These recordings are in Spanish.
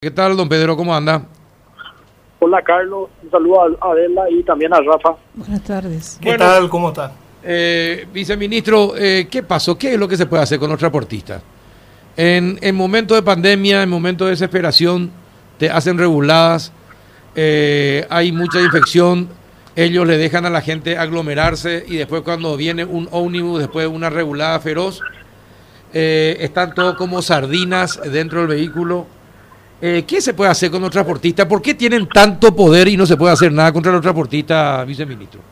¿Qué tal, don Pedro? ¿Cómo anda? Hola Carlos, un saludo a Adela y también a Rafa. Buenas tardes. ¿Qué tal? ¿Cómo está? Viceministro, ¿qué pasó? ¿Qué es lo que se puede hacer con los transportistas? En momentos de pandemia, en momentos de desesperación, te hacen reguladas, hay mucha infección, ellos le dejan a la gente aglomerarse y después cuando viene un ómnibus, después de una regulada feroz, están todos como sardinas dentro del vehículo. ¿Qué se puede hacer con los transportistas? ¿Por qué tienen tanto poder y no se puede hacer nada contra los transportistas, viceministro?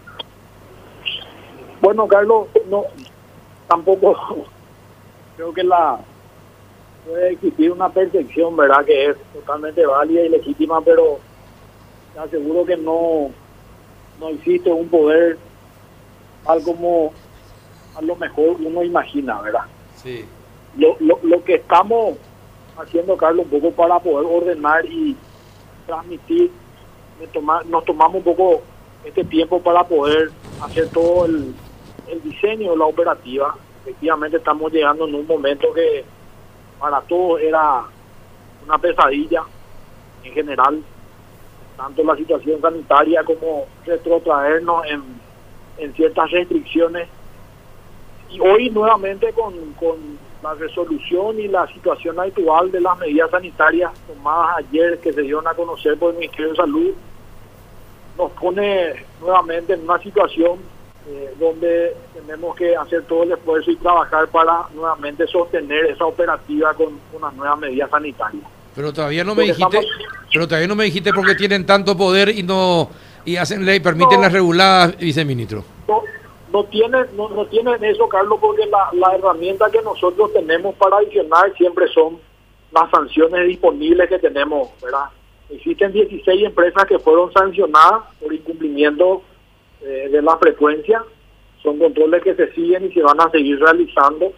Bueno, Carlos, no, tampoco creo que puede existir una percepción, ¿verdad? Que es totalmente válida y legítima, pero te aseguro que no existe un poder tal como a lo mejor uno imagina, ¿verdad? Sí. Lo que estamos haciendo, Carlos, un poco para poder ordenar y transmitir, nos tomamos un poco este tiempo para poder hacer todo el diseño de la operativa. Efectivamente estamos llegando en un momento que para todos era una pesadilla en general, tanto la situación sanitaria como retrotraernos en ciertas restricciones. Y hoy nuevamente con la resolución y la situación actual de las medidas sanitarias tomadas ayer, que se dieron a conocer por el Ministerio de Salud, nos pone nuevamente en una situación donde tenemos que hacer todo el esfuerzo y trabajar para nuevamente sostener esa operativa con unas nuevas medidas sanitarias. Pero todavía no me dijiste por qué tienen tanto poder y hacen ley, permiten las reguladas, viceministro. No tienen eso, Carlos, porque la herramienta que nosotros tenemos para adicionar siempre son las sanciones disponibles que tenemos, ¿verdad? Existen 16 empresas que fueron sancionadas por incumplimiento de la frecuencia. Son controles que se siguen y se van a seguir realizando.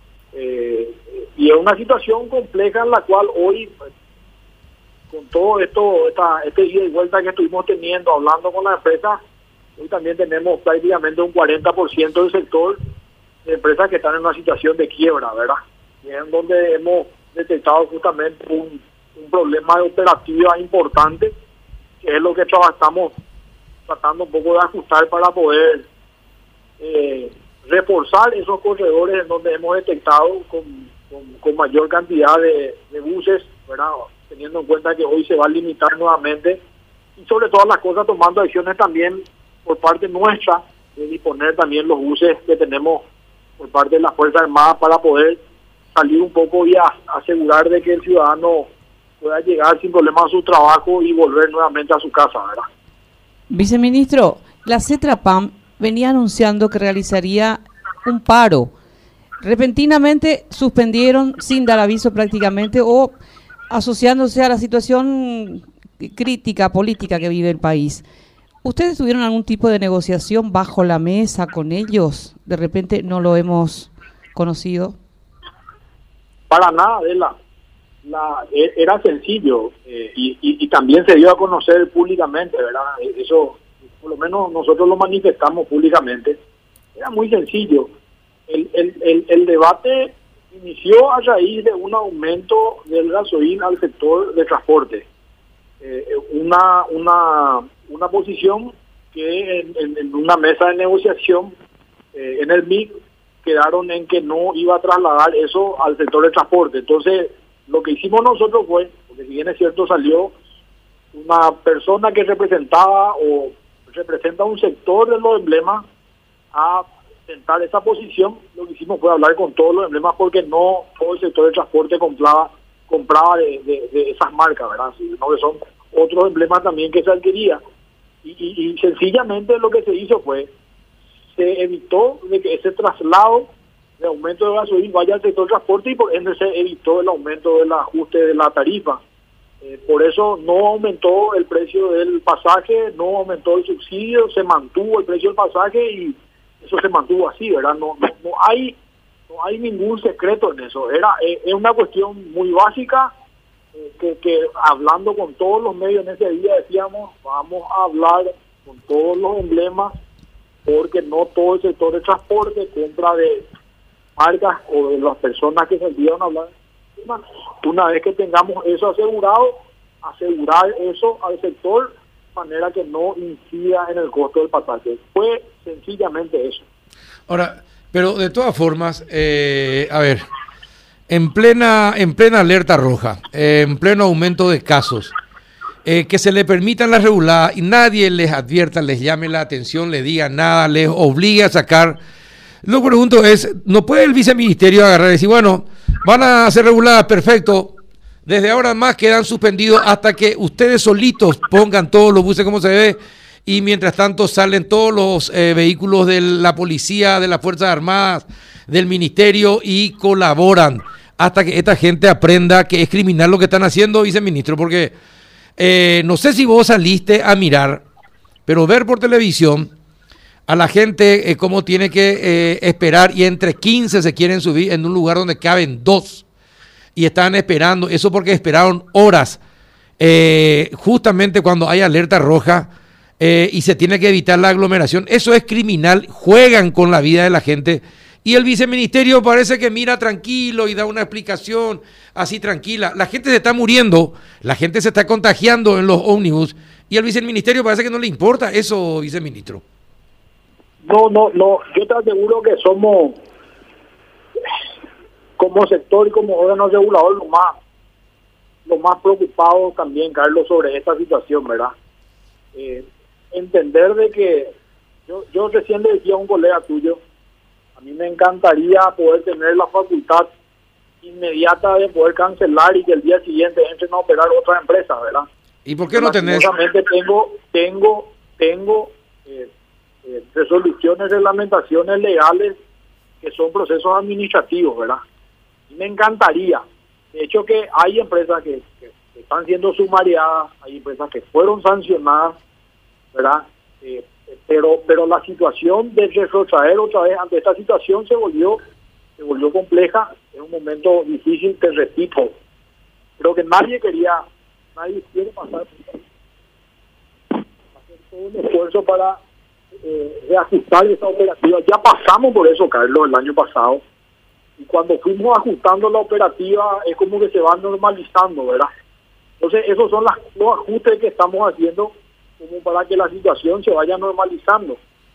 Y es una situación compleja en la cual hoy, pues, con todo este ida y vuelta que estuvimos teniendo, hablando con la empresa, hoy también tenemos prácticamente un 40% del sector de empresas que están en una situación de quiebra, ¿verdad? Y es en donde hemos detectado justamente un problema de operativa importante, que es lo que estamos tratando un poco de ajustar para poder reforzar esos corredores en donde hemos detectado con mayor cantidad de buses, ¿verdad? Teniendo en cuenta que hoy se va a limitar nuevamente y sobre todas las cosas tomando acciones también por parte nuestra de disponer también los buses que tenemos por parte de las Fuerzas Armadas para poder salir un poco y asegurar de que el ciudadano pueda llegar sin problema a su trabajo y volver nuevamente a su casa, ¿verdad? Viceministro, la CETRAPAM venía anunciando que realizaría un paro. Repentinamente suspendieron sin dar aviso prácticamente o asociándose a la situación crítica política que vive el país. ¿Ustedes tuvieron algún tipo de negociación bajo la mesa con ellos? De repente no lo hemos conocido. Para nada, Adela. Era sencillo y también se dio a conocer públicamente, ¿verdad? Eso, por lo menos nosotros lo manifestamos públicamente. Era muy sencillo. El debate inició a raíz de un aumento del gasoil al sector de transporte. Una posición que en una mesa de negociación en el MIC quedaron en que no iba a trasladar eso al sector de transporte. Entonces, lo que hicimos nosotros fue, porque si bien es cierto salió una persona que representaba o representa un sector de los emblemas a sentar esa posición, lo que hicimos fue hablar con todos los emblemas porque no todo el sector de transporte compraba de esas marcas, ¿verdad? Sino que son otros emblemas también que se adquiría. Y sencillamente lo que se hizo fue, se evitó de que ese traslado de aumento de gasolina vaya al sector de transporte y por ende se evitó el aumento del ajuste de la tarifa. Por eso no aumentó el precio del pasaje, no aumentó el subsidio, se mantuvo el precio del pasaje y eso se mantuvo así, ¿verdad? No hay ningún secreto en eso. Es una cuestión muy básica que hablando con todos los medios en ese día decíamos, vamos a hablar con todos los emblemas porque no todo el sector de transporte compra de marcas o de las personas que se dieron a hablar sistema. Una vez que tengamos eso asegurado, asegurar eso al sector de manera que no incida en el costo del pasaje. Fue sencillamente eso. Ahora, pero de todas formas, a ver, en plena alerta roja, en pleno aumento de casos, que se le permitan las reguladas y nadie les advierta, les llame la atención, les diga nada, les obligue a sacar. Lo que pregunto es, ¿no puede el viceministerio agarrar y decir, bueno, van a ser reguladas, perfecto, desde ahora en más quedan suspendidos hasta que ustedes solitos pongan todos los buses como se debe, y mientras tanto salen todos los vehículos de la policía, de las Fuerzas Armadas, del ministerio y colaboran hasta que esta gente aprenda que es criminal lo que están haciendo, viceministro? Porque no sé si vos saliste a mirar, pero ver por televisión a la gente cómo tiene que esperar, y entre 15 se quieren subir en un lugar donde caben 2 y están esperando, eso porque esperaron horas, justamente cuando hay alerta roja, y se tiene que evitar la aglomeración. Eso es criminal, juegan con la vida de la gente, y el viceministerio parece que mira tranquilo y da una explicación así tranquila. La gente se está muriendo, la gente se está contagiando en los ómnibus, y al viceministerio parece que no le importa eso, viceministro. No, yo te aseguro que somos, como sector y como órgano regulador, lo más preocupados también, Carlos, sobre esta situación, ¿verdad? Entender de que yo recién le decía a un colega tuyo, a mí me encantaría poder tener la facultad inmediata de poder cancelar y que el día siguiente entren a operar otras empresas, ¿verdad? ¿Y por qué no tenés? Tengo resoluciones, reglamentaciones legales que son procesos administrativos, ¿verdad? Y me encantaría, de hecho, que hay empresas que están siendo sumariadas, hay empresas que fueron sancionadas, ¿verdad? Pero la situación de retrotraer otra vez ante esta situación se volvió compleja. Es un momento difícil, te repito. Creo que nadie quiere pasar hacer todo un esfuerzo para reajustar esa operativa. Ya pasamos por eso, Carlos, el año pasado. Y cuando fuimos ajustando la operativa es como que se va normalizando, ¿verdad? Entonces esos son los ajustes que estamos haciendo como para que la situación se vaya normalizando.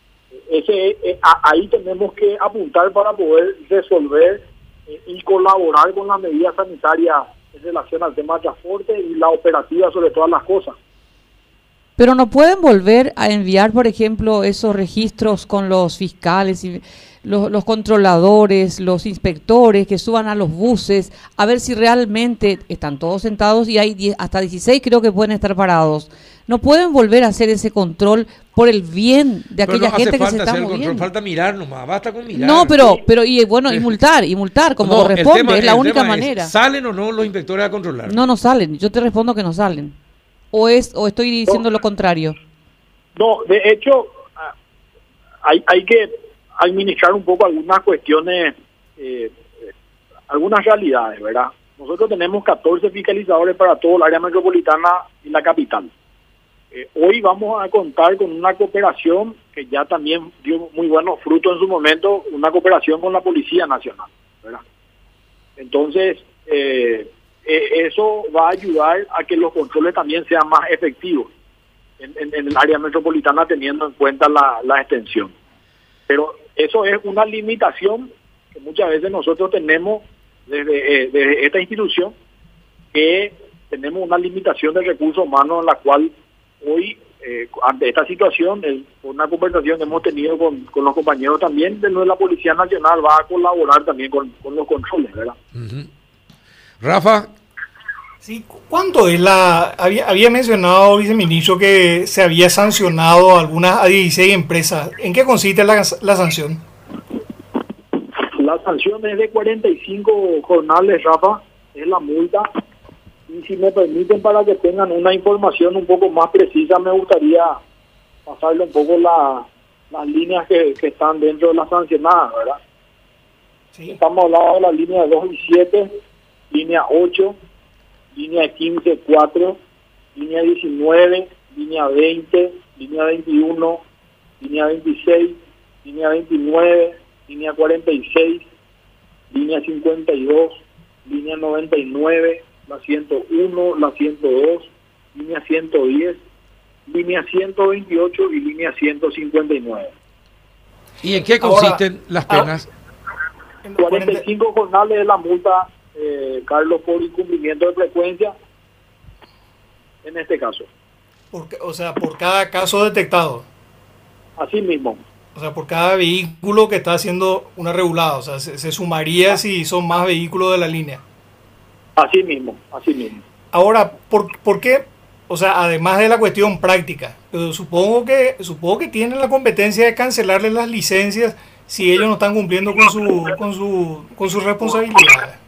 Ahí tenemos que apuntar para poder resolver y colaborar con las medidas sanitarias en relación al tema de transporte y la operativa sobre todas las cosas. Pero no pueden volver a enviar, por ejemplo, esos registros con los fiscales y los controladores, los inspectores que suban a los buses, a ver si realmente están todos sentados, y hay hasta 16 creo que pueden estar parados. No pueden volver a hacer ese control por el bien de aquella gente que se está moviendo. Control, falta mirar nomás, basta con mirar. No, pero y multar como corresponde, es la única manera. ¿Salen o no los inspectores a controlar? No salen, yo te respondo que no salen. ¿O estoy diciendo lo contrario? No, de hecho, hay que administrar un poco algunas cuestiones, algunas realidades, ¿verdad? Nosotros tenemos 14 fiscalizadores para todo el área metropolitana y la capital. Hoy vamos a contar con una cooperación que ya también dio muy buenos frutos en su momento, una cooperación con la Policía Nacional, ¿verdad? Entonces, eso va a ayudar a que los controles también sean más efectivos en el área metropolitana, teniendo en cuenta la extensión. Pero eso es una limitación que muchas veces nosotros tenemos desde esta institución, que tenemos una limitación de recursos humanos en la cual hoy, ante esta situación, una conversación que hemos tenido con los compañeros también de la Policía Nacional, va a colaborar también con los controles, ¿verdad? Uh-huh. Rafa. Sí, ¿cuánto es había mencionado, viceministro, que se había sancionado a 16 empresas? ¿En qué consiste la sanción? La sanción es de 45 jornales, Rafa, es la multa. Y si me permiten, para que tengan una información un poco más precisa, me gustaría pasarle un poco las líneas que están dentro de las sancionadas, ¿verdad? Sí. Estamos hablando de la línea 2 y 7, línea 8, línea 15, 4, línea 19, línea 20, línea 21, línea 26, línea 29, línea 46, línea 52, línea 99, la 101, la 102, línea 110, línea 128 y línea 159. ¿Y en qué consisten las penas? 45 jornales de la multa, Carlos, por incumplimiento de frecuencia, en este caso. O sea, por cada caso detectado. Así mismo. O sea, por cada vehículo que está haciendo una regulada. O sea, se sumaría si son más vehículos de la línea. Así mismo, así mismo. Ahora, ¿por qué? O sea, además de la cuestión práctica, pero supongo que tienen la competencia de cancelarles las licencias si ellos no están cumpliendo con sus responsabilidades.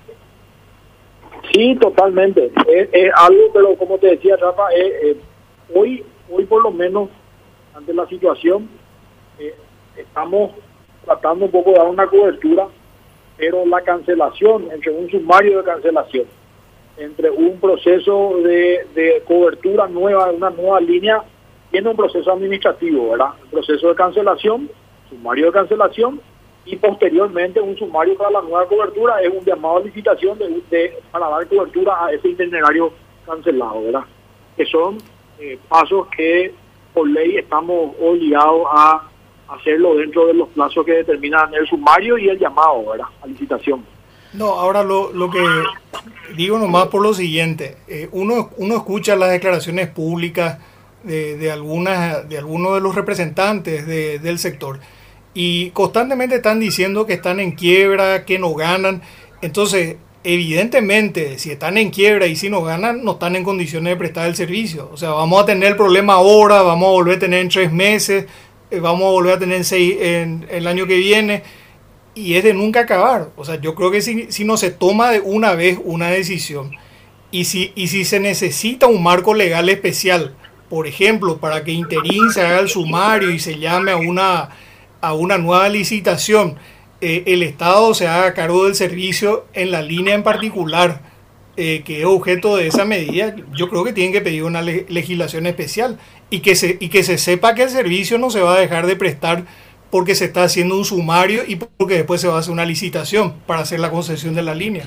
Sí, totalmente. Es algo, pero como te decía, Rafa, hoy por lo menos, ante la situación, estamos tratando un poco de dar una cobertura, pero la cancelación, entre un sumario de cancelación, entre un proceso de cobertura nueva, una nueva línea, tiene un proceso administrativo, ¿verdad? Un proceso de cancelación, sumario de cancelación, y posteriormente un sumario para la nueva cobertura, es un llamado a licitación para dar cobertura a ese itinerario cancelado, ¿verdad? Que son pasos que por ley estamos obligados a hacerlo dentro de los plazos que determinan el sumario y el llamado, ¿verdad?, a licitación. No, ahora lo que digo nomás por lo siguiente, uno escucha las declaraciones públicas de algunos de los representantes del sector y constantemente están diciendo que están en quiebra, que no ganan. Entonces, evidentemente, si están en quiebra y si no ganan, no están en condiciones de prestar el servicio. O sea, vamos a tener el problema ahora, vamos a volver a tener en 3 meses, vamos a volver a tener en el año que viene, y es de nunca acabar. O sea, yo creo que si no se toma de una vez una decisión, y si se necesita un marco legal especial, por ejemplo, para que Interín se haga el sumario y se llame a una nueva licitación, el Estado se haga cargo del servicio en la línea en particular, que es objeto de esa medida, yo creo que tienen que pedir una legislación especial y que se sepa que el servicio no se va a dejar de prestar porque se está haciendo un sumario y porque después se va a hacer una licitación para hacer la concesión de la línea.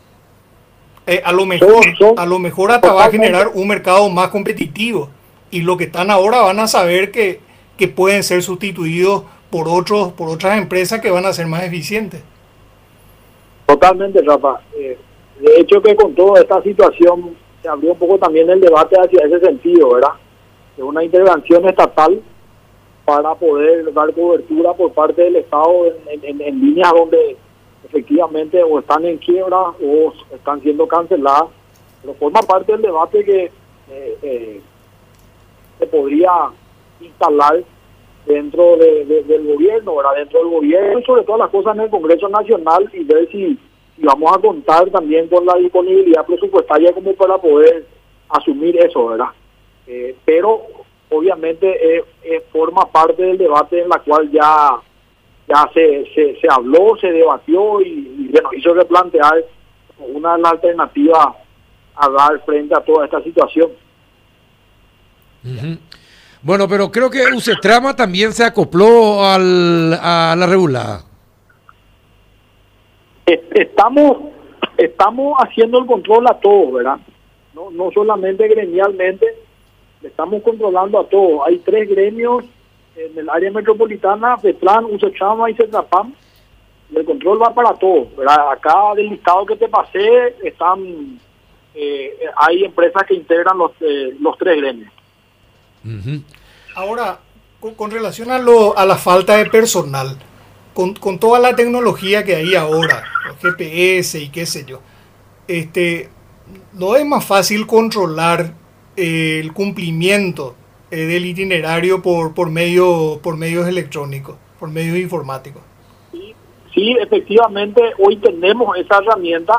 A lo mejor hasta va a generar un mercado más competitivo, y los que están ahora van a saber que pueden ser sustituidos por otras empresas que van a ser más eficientes. Totalmente, Rafa. De hecho, que con toda esta situación se abrió un poco también el debate hacia ese sentido, ¿verdad? De una intervención estatal para poder dar cobertura por parte del Estado en líneas donde efectivamente o están en quiebra o están siendo canceladas, pero forma parte del debate que se podría instalar dentro del gobierno, ¿verdad? Dentro del gobierno y sobre todas las cosas en el Congreso Nacional, y ver si vamos a contar también con la disponibilidad presupuestaria como para poder asumir eso, ¿verdad? Pero obviamente forma parte del debate en la cual ya se habló, se debatió y bueno, hizo replantear una de las alternativas a dar frente a toda esta situación. Uh-huh. Bueno, pero creo que UCETRAMA también se acopló a la regulada. Estamos haciendo el control a todos, ¿verdad? No solamente gremialmente, estamos controlando a todos. Hay 3 gremios en el área metropolitana: FETRAN, UCETRAMA y CETRAPAM, y el control va para todos, ¿verdad? Acá del listado que te pasé hay empresas que integran los 3 gremios. Uh-huh. Ahora, con relación a la falta de personal, con toda la tecnología que hay ahora, los GPS y qué sé yo, ¿no es más fácil controlar el cumplimiento del itinerario por medios electrónicos, por medios informáticos? Sí, efectivamente, hoy tenemos esa herramienta,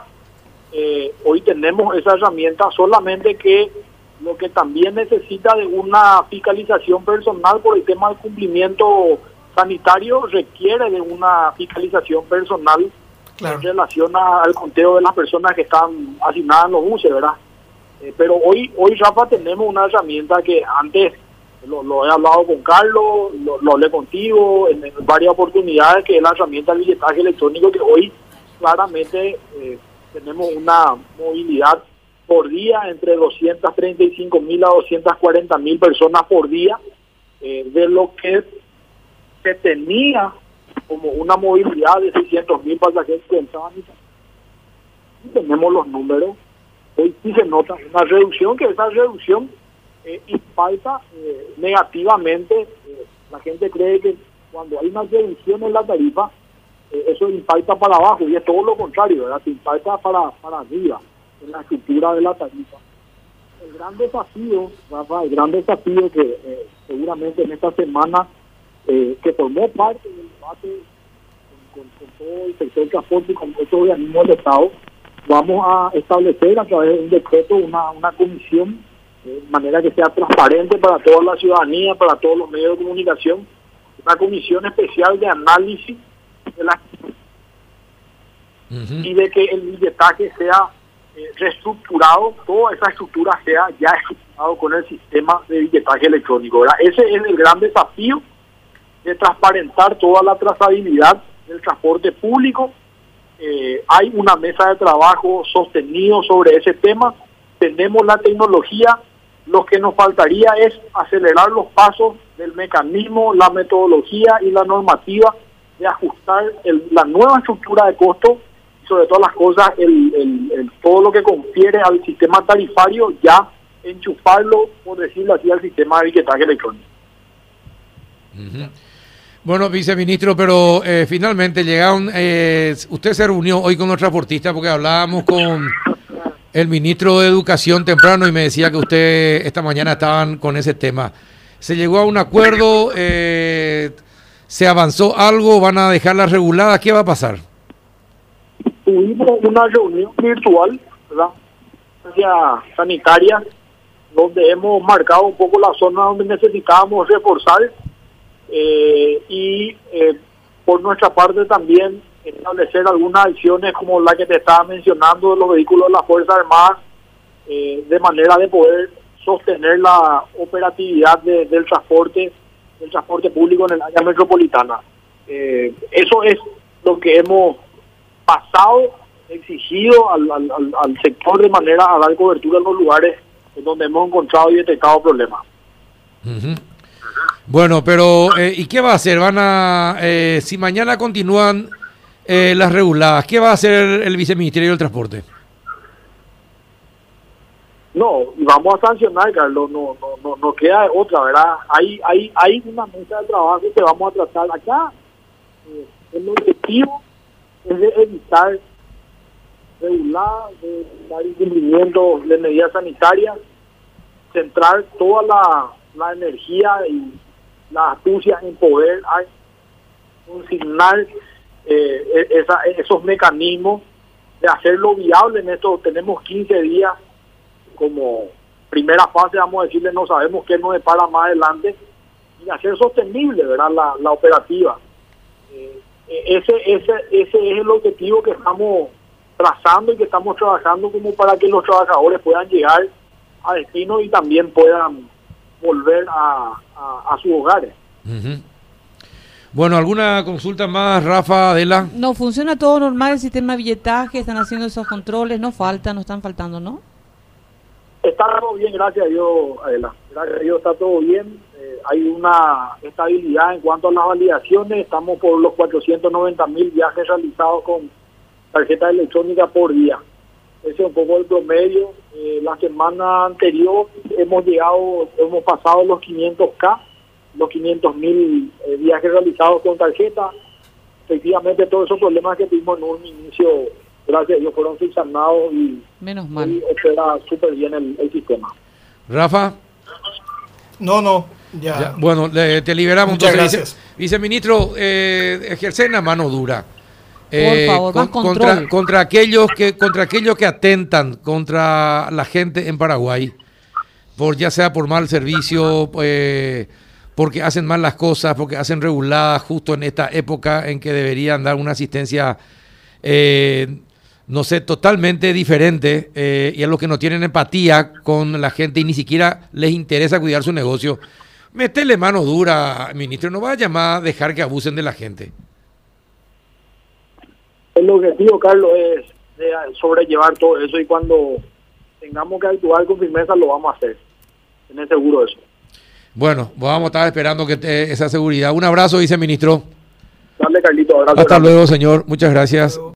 solamente que lo que también necesita de una fiscalización personal por el tema del cumplimiento sanitario requiere de una fiscalización personal, claro, en relación al conteo de las personas que están asignadas en los buses, ¿verdad? Pero hoy, Rafa, tenemos una herramienta que antes lo he hablado con Carlos, lo hablé contigo en varias oportunidades, que es la herramienta del billetaje electrónico, que hoy claramente tenemos una movilidad por día entre 235.000 a 240.000 personas por día, de lo que se tenía como una movilidad de 600.000 pasajeros que entraban. Tenemos los números, hoy sí se nota una reducción, que esa reducción impacta negativamente. La gente cree que cuando hay una reducción en la tarifa, eso impacta para abajo, y es todo lo contrario, ¿verdad? Se impacta para arriba en la estructura de la tarifa. El gran desafío, Rafa, que seguramente en esta semana, que formó parte del debate con todo el sector del transporte y con otros organismos del Estado, vamos a establecer a través de un decreto una comisión, de manera que sea transparente para toda la ciudadanía, para todos los medios de comunicación, una comisión especial de análisis de la y de que el billetaje sea reestructurado, toda esa estructura sea ya estructurado con el sistema de billetaje electrónico, ¿verdad? Ese es el gran desafío, de transparentar toda la trazabilidad del transporte público. Hay una mesa de trabajo sostenido sobre ese tema, tenemos la tecnología, lo que nos faltaría es acelerar los pasos del mecanismo, la metodología y la normativa de ajustar la nueva estructura de costo, y sobre todas las cosas todo lo que confiere al sistema tarifario, ya enchufarlo, por decirlo así, al sistema de billetaje electrónico. Bueno, viceministro, pero finalmente llegaron, usted se reunió hoy con los transportistas, porque hablábamos con el ministro de Educación temprano y me decía que usted esta mañana estaban con ese tema. ¿Se llegó a un acuerdo? ¿Se avanzó algo? ¿Van a dejarla regulada? ¿Qué va a pasar? Tuvimos una reunión virtual, ¿verdad? Sanitaria, donde hemos marcado un poco la zona donde necesitábamos reforzar, y por nuestra parte también establecer algunas acciones como la que te estaba mencionando de los vehículos de las Fuerzas Armadas, de manera de poder sostener la operatividad del transporte público en el área metropolitana. Eso es lo que hemos pasado, exigido al sector, de manera a dar cobertura en los lugares en donde hemos encontrado y detectado problemas. Bueno, pero ¿y qué va a hacer? Si mañana continúan las reguladas, ¿qué va a hacer el Viceministerio del Transporte? No, y vamos a sancionar, Carlos, no queda otra, ¿verdad? Hay una mesa de trabajo que vamos a tratar acá. El objetivo es de evitar reguladas, de dar incumplimiento de medidas sanitarias, centrar toda la energía y la astucia en poder consignar esos mecanismos, de hacerlo viable. En esto tenemos 15 días como primera fase, vamos a decirle, no sabemos qué nos depara más adelante, y hacer sostenible, ¿verdad?, la operativa. Ese es el objetivo que estamos trazando y que estamos trabajando, como para que los trabajadores puedan llegar a destino y también puedan volver a sus hogares. Bueno, ¿alguna consulta más, Rafa, Adela? No, funciona todo normal el sistema de billetaje, están haciendo esos controles, no están faltando, ¿no? Está todo bien, gracias a Dios, Adela. Gracias a Dios está todo bien. Hay una estabilidad en cuanto a las validaciones. Estamos por los 490.000 viajes realizados con tarjeta electrónica por día. Ese es un poco el promedio. La semana anterior hemos pasado los 500K, los 500.000 viajes realizados con tarjeta. Efectivamente, todos esos problemas que tuvimos en un inicio, gracias a Dios, fueron subsanados y menos mal. Y opera súper bien el sistema. Rafa. Ya. Bueno, te liberamos. Muchas entonces, gracias. Viceministro, ejercer la mano dura. Por favor, más control. Contra aquellos que atentan contra la gente en Paraguay, ya sea por mal servicio, porque hacen mal las cosas, porque hacen reguladas justo en esta época en que deberían dar una asistencia, no sé, totalmente diferente, y a los que no tienen empatía con la gente y ni siquiera les interesa cuidar su negocio. Métele mano dura, ministro, no vaya más a dejar que abusen de la gente. El objetivo, Carlos, es de sobrellevar todo eso, y cuando tengamos que actuar con firmeza lo vamos a hacer. Tener seguro de eso. Bueno, vamos a estar esperando que esa seguridad. Un abrazo, viceministro. Dale, Carlito. Abrazo. Hasta luego, señor. Muchas gracias.